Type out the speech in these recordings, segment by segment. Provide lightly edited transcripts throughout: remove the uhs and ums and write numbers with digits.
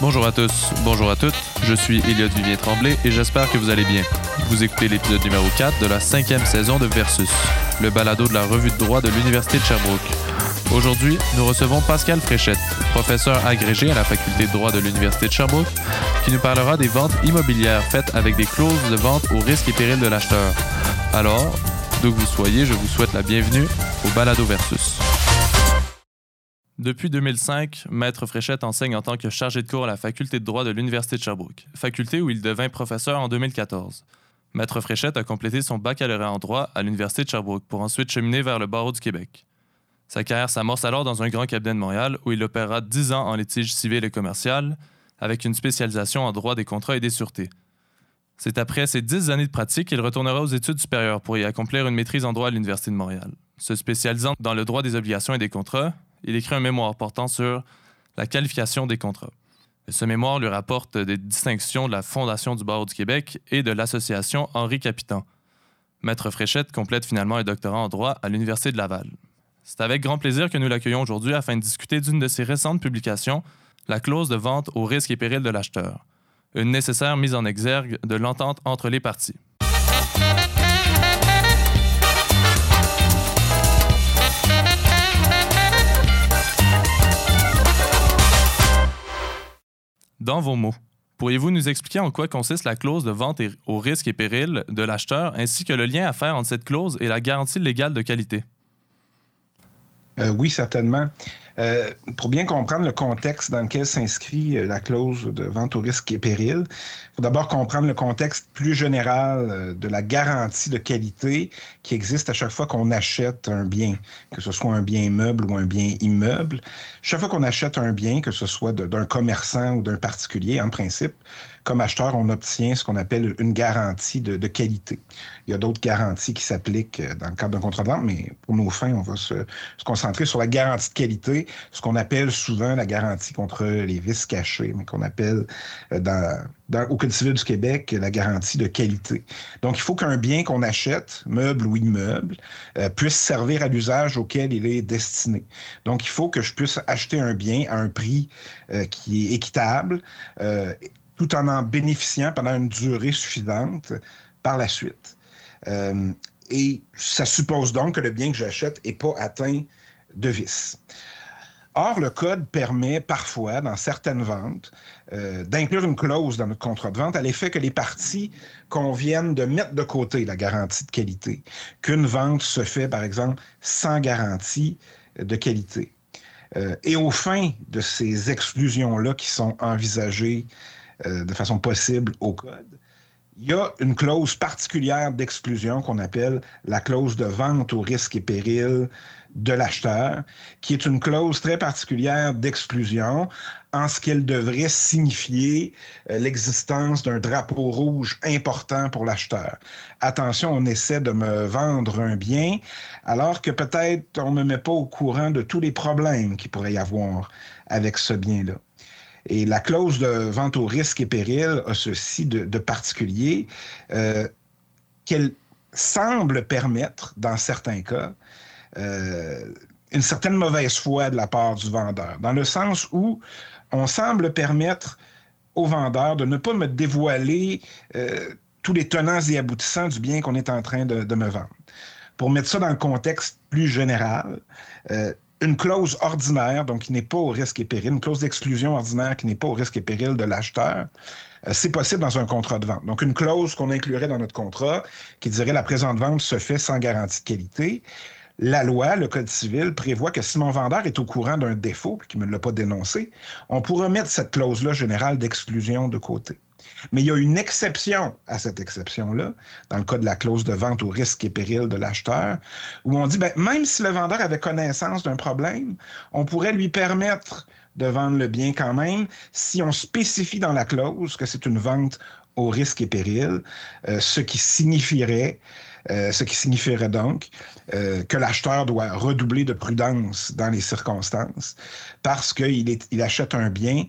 Bonjour à tous, bonjour à toutes, je suis Elliott Vivien-Tremblay et j'espère que vous allez bien. Vous écoutez l'épisode numéro 4 de la 5e saison de Versus, le balado de la revue de droit de l'Université de Sherbrooke. Aujourd'hui, nous recevons Pascal Fréchette, professeur agrégé à la faculté de droit de l'Université de Sherbrooke, qui nous parlera des ventes immobilières faites avec des clauses de vente au risque et péril de l'acheteur. Alors, d'où que vous soyez, je vous souhaite la bienvenue au balado Versus. Depuis 2005, Maître Fréchette enseigne en tant que chargé de cours à la faculté de droit de l'Université de Sherbrooke, faculté où il devint professeur en 2014. Maître Fréchette a complété son baccalauréat en droit à l'Université de Sherbrooke pour ensuite cheminer vers le barreau du Québec. Sa carrière s'amorce alors dans un grand cabinet de Montréal où il opérera 10 ans en litige civil et commercial, avec une spécialisation en droit des contrats et des sûretés. C'est après ces 10 années de pratique qu'il retournera aux études supérieures pour y accomplir une maîtrise en droit à l'Université de Montréal. Se spécialisant dans le droit des obligations et des contrats, il écrit un mémoire portant sur la qualification des contrats. Ce mémoire lui rapporte des distinctions de la Fondation du barreau du Québec et de l'Association Henri Capitan. Maître Fréchette complète finalement un doctorat en droit à l'Université de Laval. C'est avec grand plaisir que nous l'accueillons aujourd'hui afin de discuter d'une de ses récentes publications, la clause de vente au risque et péril de l'acheteur, une nécessaire mise en exergue de l'entente entre les parties. Dans vos mots, pourriez-vous nous expliquer en quoi consiste la clause de vente au risque et péril de l'acheteur ainsi que le lien à faire entre cette clause et la garantie légale de qualité? Oui, certainement. Pour bien comprendre le contexte dans lequel s'inscrit la clause de vente au risque et péril, il faut d'abord comprendre le contexte plus général de la garantie de qualité qui existe à chaque fois qu'on achète un bien, que ce soit un bien meuble ou un bien immeuble. Chaque fois qu'on achète un bien, que ce soit d'un commerçant ou d'un particulier, en principe, comme acheteur, on obtient ce qu'on appelle une garantie de qualité. Il y a d'autres garanties qui s'appliquent dans le cadre d'un contrat de vente, mais pour nos fins, on va se concentrer sur la garantie de qualité, ce qu'on appelle souvent la garantie contre les vices cachés, mais qu'on appelle au Code civil du Québec la garantie de qualité. Donc, il faut qu'un bien qu'on achète, meuble ou immeuble, puisse servir à l'usage auquel il est destiné. Donc, il faut que je puisse acheter un bien à un prix qui est équitable, tout en bénéficiant pendant une durée suffisante par la suite. Et ça suppose donc que le bien que j'achète n'est pas atteint de vice. Or, le Code permet parfois, dans certaines ventes, d'inclure une clause dans notre contrat de vente à l'effet que les parties conviennent de mettre de côté la garantie de qualité, qu'une vente se fait, par exemple, sans garantie de qualité. Et aux fins de ces exclusions-là qui sont envisagées de façon possible au Code, il y a une clause particulière d'exclusion qu'on appelle la clause de vente au risque et péril de l'acheteur, qui est une clause très particulière d'exclusion en ce qu'elle devrait signifier l'existence d'un drapeau rouge important pour l'acheteur. Attention, on essaie de me vendre un bien, alors que peut-être on ne me met pas au courant de tous les problèmes qu'il pourrait y avoir avec ce bien-là. Et la clause de vente au risque et péril a ceci de particulier qu'elle semble permettre, dans certains cas, une certaine mauvaise foi de la part du vendeur, dans le sens où on semble permettre au vendeur de ne pas me dévoiler tous les tenants et aboutissants du bien qu'on est en train de me vendre. Pour mettre ça dans le contexte plus général, une clause ordinaire, donc qui n'est pas au risque et péril, une clause d'exclusion ordinaire qui n'est pas au risque et péril de l'acheteur, c'est possible dans un contrat de vente. Donc, une clause qu'on inclurait dans notre contrat qui dirait la présente vente se fait sans garantie de qualité. La loi, le Code civil, prévoit que si mon vendeur est au courant d'un défaut et qu'il ne me l'a pas dénoncé, on pourra mettre cette clause-là générale d'exclusion de côté. Mais il y a une exception à cette exception-là, dans le cas de la clause de vente au risque et péril de l'acheteur, où on dit, même si le vendeur avait connaissance d'un problème, on pourrait lui permettre de vendre le bien quand même si on spécifie dans la clause que c'est une vente au risque et péril, ce qui signifierait donc que l'acheteur doit redoubler de prudence dans les circonstances parce qu'il achète un bien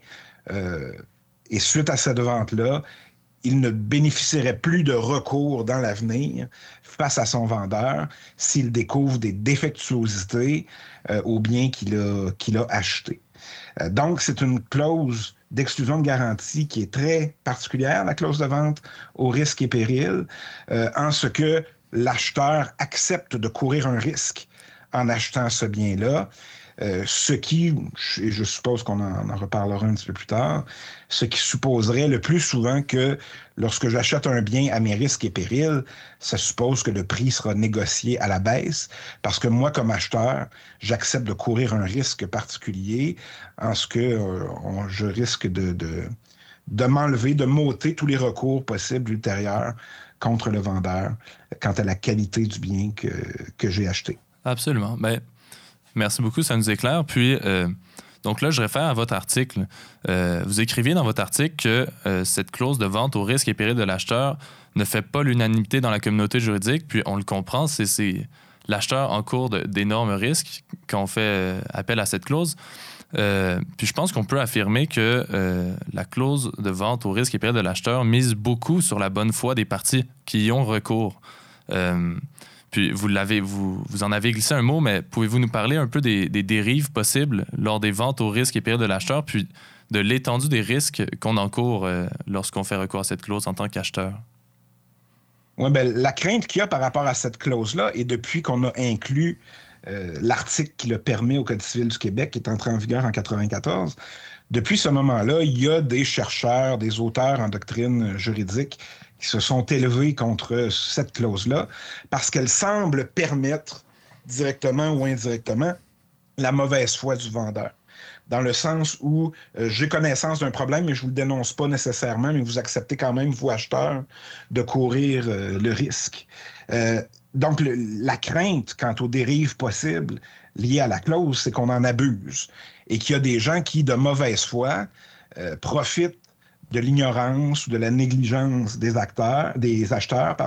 et suite à cette vente-là, il ne bénéficierait plus de recours dans l'avenir face à son vendeur s'il découvre des défectuosités au bien qu'il a acheté. Donc, c'est une clause d'exclusion de garantie qui est très particulière, la clause de vente au risque et péril, en ce que l'acheteur accepte de courir un risque en achetant ce bien-là, ce qui, et je suppose qu'on en reparlera un petit peu plus tard, ce qui supposerait le plus souvent que lorsque j'achète un bien à mes risques et périls, ça suppose que le prix sera négocié à la baisse, parce que moi, comme acheteur, j'accepte de courir un risque particulier en ce que je risque de m'enlever, de m'ôter tous les recours possibles ultérieurs contre le vendeur quant à la qualité du bien que j'ai acheté. Absolument. Ben, merci beaucoup, ça nous éclaire. Puis, donc là, je réfère à votre article. Vous écriviez dans votre article que cette clause de vente au risque et péril de l'acheteur ne fait pas l'unanimité dans la communauté juridique. Puis, on le comprend, c'est l'acheteur encourt d'énormes risques quand on fait appel à cette clause. Puis je pense qu'on peut affirmer que la clause de vente au risque et péril de l'acheteur mise beaucoup sur la bonne foi des parties qui y ont recours. Puis vous en avez glissé un mot, mais pouvez-vous nous parler un peu des dérives possibles lors des ventes au risque et péril de l'acheteur, puis de l'étendue des risques qu'on encourt lorsqu'on fait recours à cette clause en tant qu'acheteur? Oui, bien, la crainte qu'il y a par rapport à cette clause-là, et depuis qu'on a inclus l'article qui le permet au Code civil du Québec, qui est entré en vigueur en 1994, depuis ce moment-là, il y a des chercheurs, des auteurs en doctrine juridique qui se sont élevés contre cette clause-là parce qu'elle semble permettre, directement ou indirectement, la mauvaise foi du vendeur. Dans le sens où j'ai connaissance d'un problème, mais je ne vous le dénonce pas nécessairement, mais vous acceptez quand même, vous acheteurs, de courir le risque. Donc, la crainte quant aux dérives possibles liées à la clause, c'est qu'on en abuse et qu'il y a des gens qui, de mauvaise foi, profitent de l'ignorance ou de la négligence des acheteurs,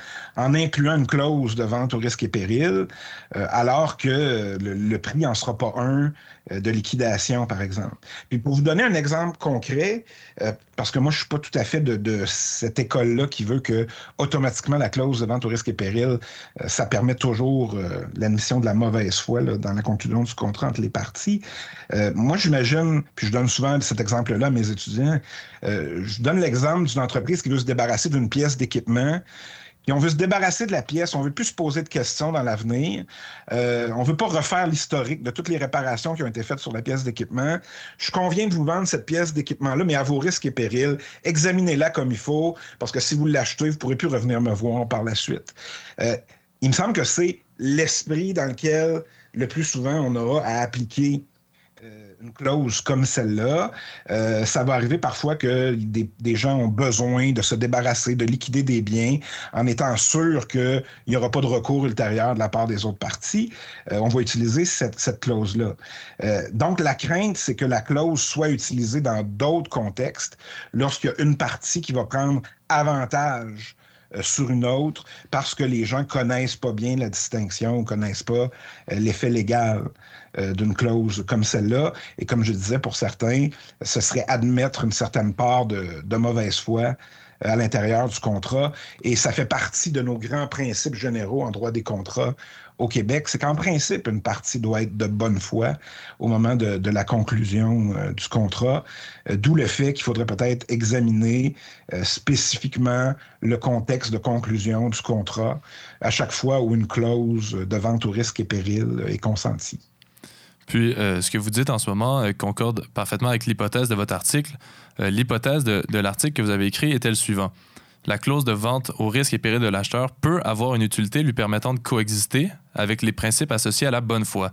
en incluant une clause de vente au risque et péril, alors que le prix n'en sera pas un de liquidation, par exemple. Puis pour vous donner un exemple concret, parce que moi, je ne suis pas tout à fait de cette école-là qui veut que automatiquement la clause de vente au risque et péril, ça permet toujours l'admission de la mauvaise foi là, dans la conclusion du contrat entre les parties. Moi, j'imagine, puis je donne souvent cet exemple-là à mes étudiants, je donne l'exemple d'une entreprise qui veut se débarrasser d'une pièce d'équipement. Et on veut se débarrasser de la pièce, on ne veut plus se poser de questions dans l'avenir. On ne veut pas refaire l'historique de toutes les réparations qui ont été faites sur la pièce d'équipement. Je conviens de vous vendre cette pièce d'équipement-là, mais à vos risques et périls. Examinez-la comme il faut, parce que si vous l'achetez, vous ne pourrez plus revenir me voir par la suite. Il me semble que c'est l'esprit dans lequel, le plus souvent, on aura à appliquer une clause comme celle-là. Ça va arriver parfois que des gens ont besoin de se débarrasser, de liquider des biens en étant sûr qu'il n'y aura pas de recours ultérieur de la part des autres parties. On va utiliser cette clause-là. Donc, la crainte, c'est que la clause soit utilisée dans d'autres contextes lorsqu'il y a une partie qui va prendre avantage sur une autre parce que les gens connaissent pas bien la distinction, connaissent pas l'effet légal d'une clause comme celle-là. Et comme je disais, pour certains, ce serait admettre une certaine part de mauvaise foi à l'intérieur du contrat. Et ça fait partie de nos grands principes généraux en droit des contrats au Québec. C'est qu'en principe, une partie doit être de bonne foi au moment de la conclusion du contrat, d'où le fait qu'il faudrait peut-être examiner spécifiquement le contexte de conclusion du contrat à chaque fois où une clause de vente au risque et péril est consentie. Puis, ce que vous dites en ce moment concorde parfaitement avec l'hypothèse de votre article. L'hypothèse de l'article que vous avez écrit était le suivant. La clause de vente au risque et péril de l'acheteur peut avoir une utilité lui permettant de coexister avec les principes associés à la bonne foi.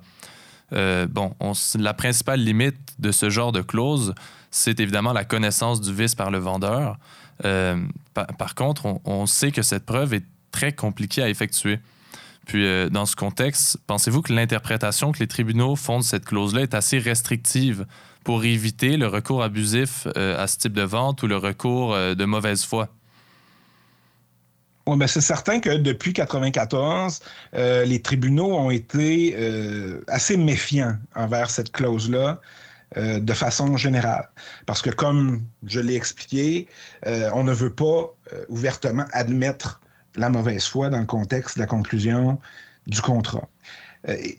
La principale limite de ce genre de clause, c'est évidemment la connaissance du vice par le vendeur. Par contre, on sait que cette preuve est très compliquée à effectuer. Puis, dans ce contexte, pensez-vous que l'interprétation que les tribunaux font de cette clause-là est assez restrictive pour éviter le recours abusif à ce type de vente ou le recours de mauvaise foi? Oui, bien, c'est certain que depuis 1994, les tribunaux ont été assez méfiants envers cette clause-là de façon générale. Parce que, comme je l'ai expliqué, on ne veut pas ouvertement admettre la mauvaise foi dans le contexte de la conclusion du contrat.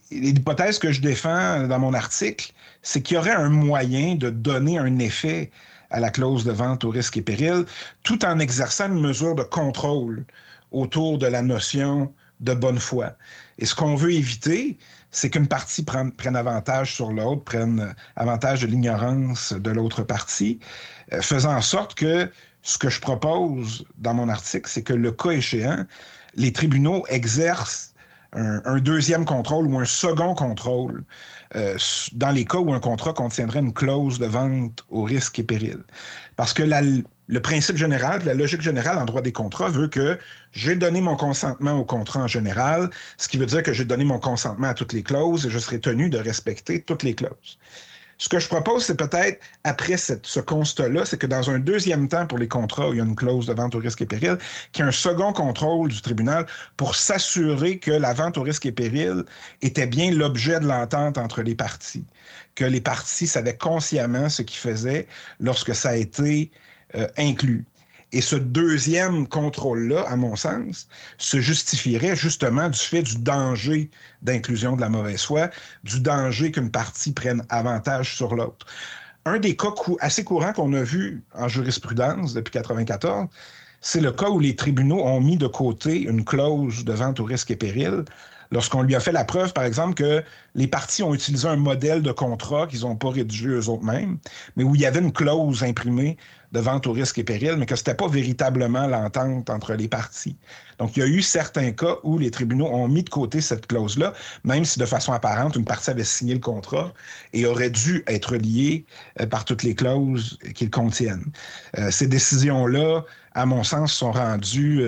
L'hypothèse que je défends dans mon article, c'est qu'il y aurait un moyen de donner un effet à la clause de vente au risque et péril, tout en exerçant une mesure de contrôle autour de la notion de bonne foi. Et ce qu'on veut éviter, c'est qu'une partie prenne avantage sur l'autre, prenne avantage de l'ignorance de l'autre partie, faisant en sorte que ce que je propose dans mon article, c'est que le cas échéant, les tribunaux exercent un deuxième contrôle ou un second contrôle dans les cas où un contrat contiendrait une clause de vente au risque et péril. Parce que le principe général, la logique générale en droit des contrats veut que j'ai donné mon consentement au contrat en général, ce qui veut dire que j'ai donné mon consentement à toutes les clauses et je serai tenu de respecter toutes les clauses. Ce que je propose, c'est peut-être, après ce constat-là, c'est que dans un deuxième temps pour les contrats où il y a une clause de vente au risque et péril, qu'il y ait un second contrôle du tribunal pour s'assurer que la vente au risque et péril était bien l'objet de l'entente entre les parties, que les parties savaient consciemment ce qu'ils faisaient lorsque ça a été inclus. Et ce deuxième contrôle-là, à mon sens, se justifierait justement du fait du danger d'inclusion de la mauvaise foi, du danger qu'une partie prenne avantage sur l'autre. Un des cas assez courants qu'on a vu en jurisprudence depuis 1994, c'est le cas où les tribunaux ont mis de côté une clause de vente au risque et péril lorsqu'on lui a fait la preuve, par exemple, que les parties ont utilisé un modèle de contrat qu'ils n'ont pas rédigé eux-mêmes, mais où il y avait une clause imprimée de vente au risque et péril, mais que ce n'était pas véritablement l'entente entre les parties. Donc, il y a eu certains cas où les tribunaux ont mis de côté cette clause-là, même si de façon apparente, une partie avait signé le contrat et aurait dû être liée par toutes les clauses qu'ils contiennent. Ces décisions-là, à mon sens, sont rendues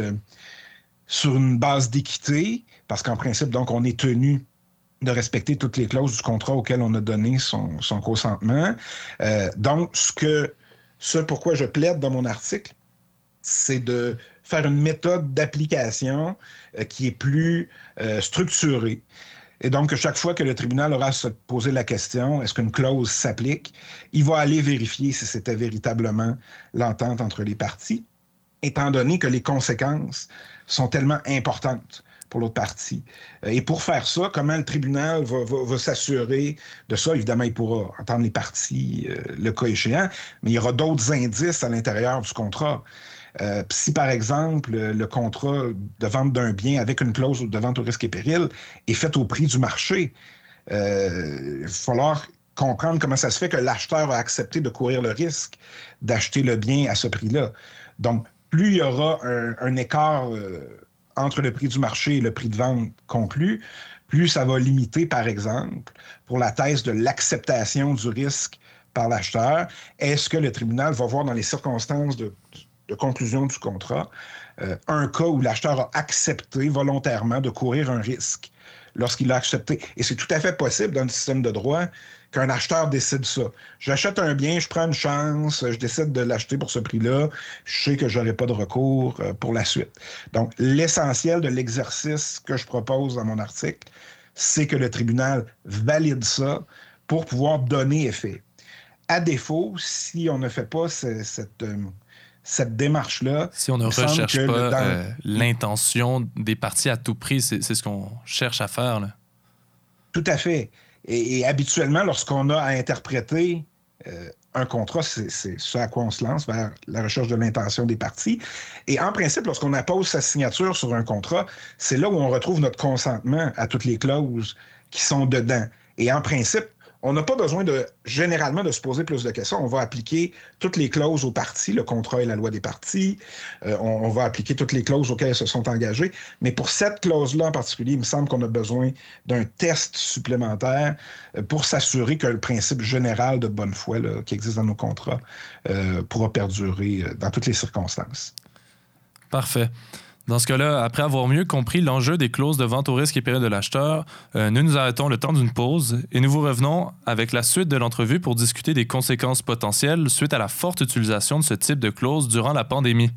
sur une base d'équité, parce qu'en principe, donc, on est tenu de respecter toutes les clauses du contrat auquel on a donné son consentement. Donc, ce pourquoi je plaide dans mon article, c'est de faire une méthode d'application qui est plus structurée. Et donc, chaque fois que le tribunal aura à se poser la question, est-ce qu'une clause s'applique, il va aller vérifier si c'était véritablement l'entente entre les parties, étant donné que les conséquences sont tellement importantes pour l'autre partie. Et pour faire ça, comment le tribunal va s'assurer de ça? Évidemment, il pourra entendre les parties, le cas échéant, mais il y aura d'autres indices à l'intérieur du contrat. Si, par exemple, le contrat de vente d'un bien avec une clause de vente au risque et péril est fait au prix du marché, il va falloir comprendre comment ça se fait que l'acheteur a accepté de courir le risque d'acheter le bien à ce prix-là. Donc, plus il y aura un écart entre le prix du marché et le prix de vente conclu, plus ça va limiter, par exemple, pour la thèse de l'acceptation du risque par l'acheteur, est-ce que le tribunal va voir dans les circonstances de conclusion du contrat un cas où l'acheteur a accepté volontairement de courir un risque lorsqu'il l'a accepté. Et c'est tout à fait possible dans le système de droit qu'un acheteur décide ça. J'achète un bien, je prends une chance, je décide de l'acheter pour ce prix-là, je sais que je n'aurai pas de recours pour la suite. Donc, l'essentiel de l'exercice que je propose dans mon article, c'est que le tribunal valide ça pour pouvoir donner effet. À défaut, si on ne fait pas cette démarche-là... Si on ne recherche pas l'intention des parties à tout prix, c'est ce qu'on cherche à faire, là. Tout à fait. Et habituellement, lorsqu'on a à interpréter un contrat, c'est ce à quoi on se lance, vers la recherche de l'intention des parties. Et en principe, lorsqu'on appose sa signature sur un contrat, c'est là où on retrouve notre consentement à toutes les clauses qui sont dedans. Et en principe, on n'a pas besoin généralement de se poser plus de questions. On va appliquer toutes les clauses aux parties, le contrat et la loi des parties. On va appliquer toutes les clauses auxquelles elles se sont engagées. Mais pour cette clause-là en particulier, il me semble qu'on a besoin d'un test supplémentaire pour s'assurer que le principe général de bonne foi là, qui existe dans nos contrats pourra perdurer dans toutes les circonstances. Parfait. Dans ce cas-là, après avoir mieux compris l'enjeu des clauses de vente au risque et péril de l'acheteur, nous arrêtons le temps d'une pause et nous vous revenons avec la suite de l'entrevue pour discuter des conséquences potentielles suite à la forte utilisation de ce type de clause durant la pandémie.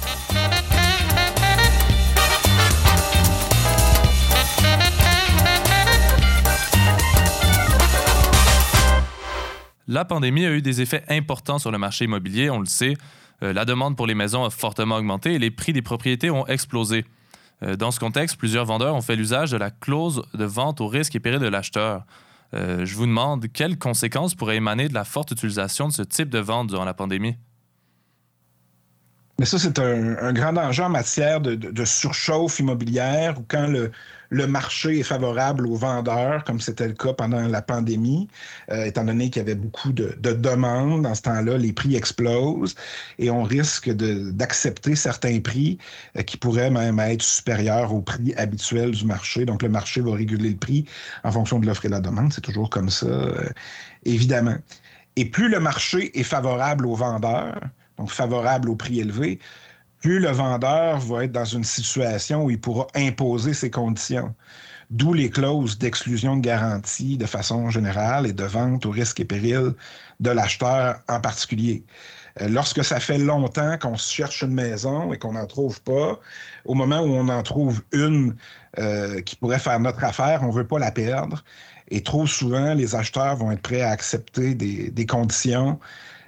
La pandémie a eu des effets importants sur le marché immobilier, on le sait. La demande pour les maisons a fortement augmenté et les prix des propriétés ont explosé. Dans ce contexte, plusieurs vendeurs ont fait l'usage de la clause de vente au risque et péril de l'acheteur. Je vous demande, quelles conséquences pourraient émaner de la forte utilisation de ce type de vente durant la pandémie? Mais ça, c'est un grand danger en matière de surchauffe immobilière, où quand le marché est favorable aux vendeurs, comme c'était le cas pendant la pandémie, étant donné qu'il y avait beaucoup de demandes, dans ce temps-là, les prix explosent et on risque d'accepter certains prix qui pourraient même être supérieurs au prix habituel du marché. Donc, le marché va réguler le prix en fonction de l'offre et de la demande. C'est toujours comme ça, évidemment. Et plus le marché est favorable aux vendeurs, donc favorable au prix élevé, plus le vendeur va être dans une situation où il pourra imposer ses conditions. D'où les clauses d'exclusion de garantie de façon générale et de vente au risque et péril de l'acheteur en particulier. Lorsque ça fait longtemps qu'on cherche une maison et qu'on n'en trouve pas, au moment où on en trouve une qui pourrait faire notre affaire, on ne veut pas la perdre. Et trop souvent, les acheteurs vont être prêts à accepter des conditions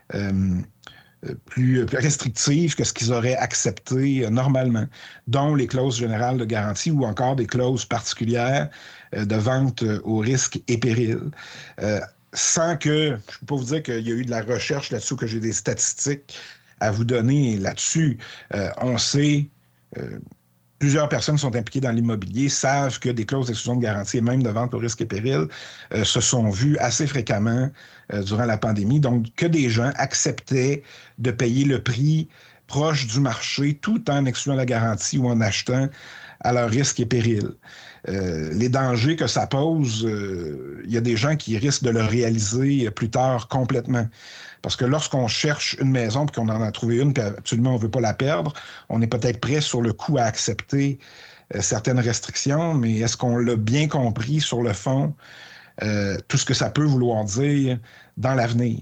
plus restrictives que ce qu'ils auraient accepté normalement, dont les clauses générales de garantie ou encore des clauses particulières de vente au risque et péril. Sans que, je ne peux pas vous dire qu'il y a eu de la recherche là-dessus, que j'ai des statistiques à vous donner là-dessus. On sait... Plusieurs personnes qui sont impliquées dans l'immobilier savent que des clauses d'exclusion de garantie et même de vente au risque et péril se sont vues assez fréquemment durant la pandémie. Donc, que des gens acceptaient de payer le prix proche du marché tout en excluant la garantie ou en achetant à leur risque et péril. Les dangers que ça pose, il y a des gens qui risquent de le réaliser plus tard complètement. Parce que lorsqu'on cherche une maison et qu'on en a trouvé une, puis absolument on ne veut pas la perdre, on est peut-être prêt sur le coup à accepter certaines restrictions, mais est-ce qu'on l'a bien compris sur le fond, tout ce que ça peut vouloir dire dans l'avenir?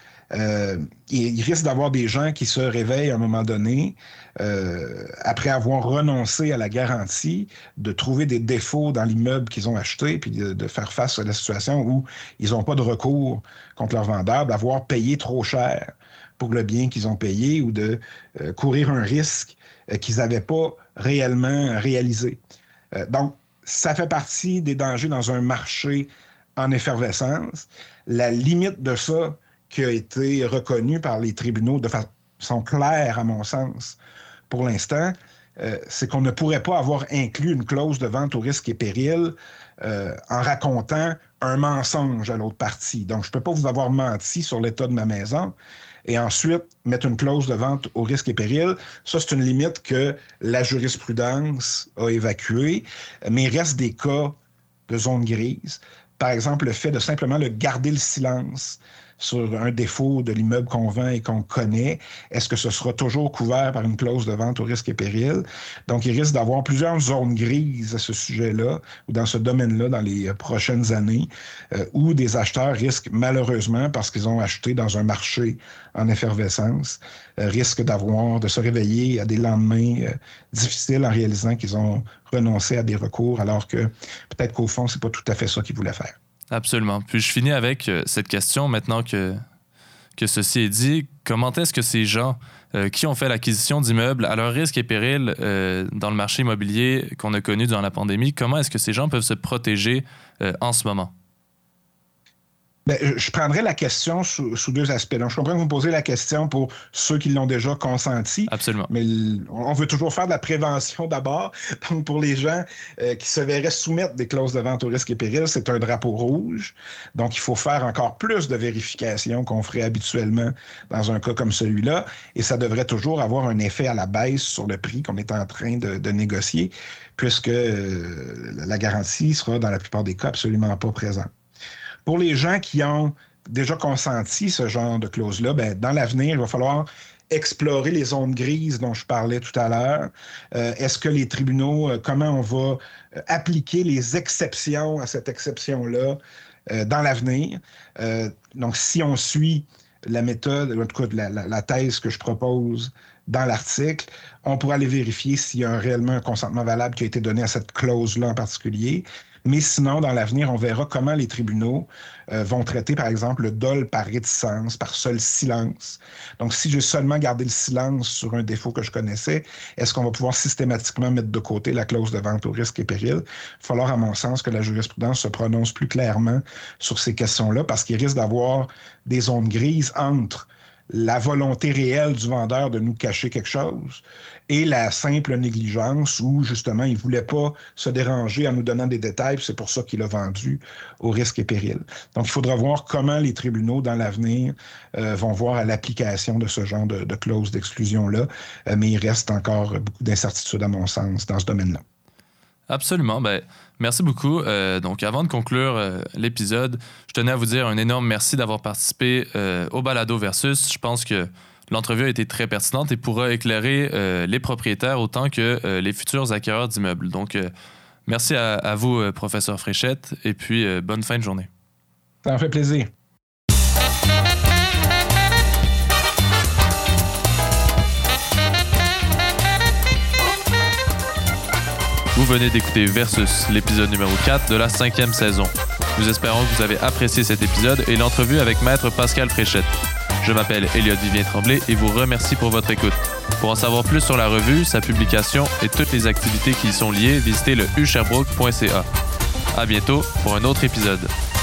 Il risque d'avoir des gens qui se réveillent à un moment donné, après avoir renoncé à la garantie, de trouver des défauts dans l'immeuble qu'ils ont acheté, puis de faire face à la situation où ils n'ont pas de recours contre leur vendeur, d'avoir payé trop cher pour le bien qu'ils ont payé ou de courir un risque qu'ils n'avaient pas réellement réalisé. Donc, ça fait partie des dangers dans un marché en effervescence. La limite de ça, qui a été reconnu par les tribunaux de façon claire, à mon sens, pour l'instant, c'est qu'on ne pourrait pas avoir inclus une clause de vente au risque et péril en racontant un mensonge à l'autre partie. Donc, je ne peux pas vous avoir menti sur l'état de ma maison et ensuite mettre une clause de vente au risque et péril. Ça, c'est une limite que la jurisprudence a évacuée, mais il reste des cas de zone grise. Par exemple, le fait de simplement garder le silence sur un défaut de l'immeuble qu'on vend et qu'on connaît, est-ce que ce sera toujours couvert par une clause de vente au risque et péril? Donc, il risque d'avoir plusieurs zones grises à ce sujet-là ou dans ce domaine-là dans les prochaines années où des acheteurs risquent malheureusement, parce qu'ils ont acheté dans un marché en effervescence, risquent de se réveiller à des lendemains difficiles en réalisant qu'ils ont renoncé à des recours alors que peut-être qu'au fond, c'est pas tout à fait ça qu'ils voulaient faire. Absolument. Puis je finis avec cette question, maintenant que ceci est dit. Comment est-ce que ces gens qui ont fait l'acquisition d'immeubles à leur risque et péril dans le marché immobilier qu'on a connu durant la pandémie, comment est-ce que ces gens peuvent se protéger en ce moment? Bien, je prendrais la question sous deux aspects. Donc, je comprends que vous me posez la question pour ceux qui l'ont déjà consenti. Absolument. Mais on veut toujours faire de la prévention d'abord. Donc, pour les gens qui se verraient soumettre des clauses de vente au risque et péril, c'est un drapeau rouge. Donc, il faut faire encore plus de vérifications qu'on ferait habituellement dans un cas comme celui-là. Et ça devrait toujours avoir un effet à la baisse sur le prix qu'on est en train de négocier, puisque la garantie sera, dans la plupart des cas, absolument pas présente. Pour les gens qui ont déjà consenti ce genre de clause-là, bien, dans l'avenir, il va falloir explorer les zones grises dont je parlais tout à l'heure. Est-ce que les tribunaux, comment on va appliquer les exceptions à cette exception-là dans l'avenir? Donc, si on suit la méthode, en tout cas la thèse que je propose dans l'article, on pourra aller vérifier s'il y a réellement un consentement valable qui a été donné à cette clause-là en particulier. Mais sinon, dans l'avenir, on verra comment les tribunaux vont traiter, par exemple, le dol par réticence, par seul silence. Donc, si j'ai seulement gardé le silence sur un défaut que je connaissais, est-ce qu'on va pouvoir systématiquement mettre de côté la clause de vente au risque et péril? Il va falloir, à mon sens, que la jurisprudence se prononce plus clairement sur ces questions-là, parce qu'il risque d'avoir des zones grises entre la volonté réelle du vendeur de nous cacher quelque chose et la simple négligence où, justement, il ne voulait pas se déranger en nous donnant des détails, c'est pour ça qu'il a vendu au risque et péril. Donc, il faudra voir comment les tribunaux, dans l'avenir, vont voir à l'application de ce genre de clause d'exclusion-là, mais il reste encore beaucoup d'incertitudes, à mon sens, dans ce domaine-là. Absolument. Merci beaucoup. Donc, avant de conclure l'épisode, je tenais à vous dire un énorme merci d'avoir participé au Balado Versus. Je pense que l'entrevue a été très pertinente et pourra éclairer les propriétaires autant que les futurs acquéreurs d'immeubles. Donc, merci à vous, professeur Fréchette, et puis bonne fin de journée. Ça me fait plaisir. Vous venez d'écouter Versus, l'épisode numéro 4 de la 5e saison. Nous espérons que vous avez apprécié cet épisode et l'entrevue avec Maître Pascal Fréchette. Je m'appelle Elliot Vivien-Tremblay et vous remercie pour votre écoute. Pour en savoir plus sur la revue, sa publication et toutes les activités qui y sont liées, visitez le usherbrooke.ca. À bientôt pour un autre épisode.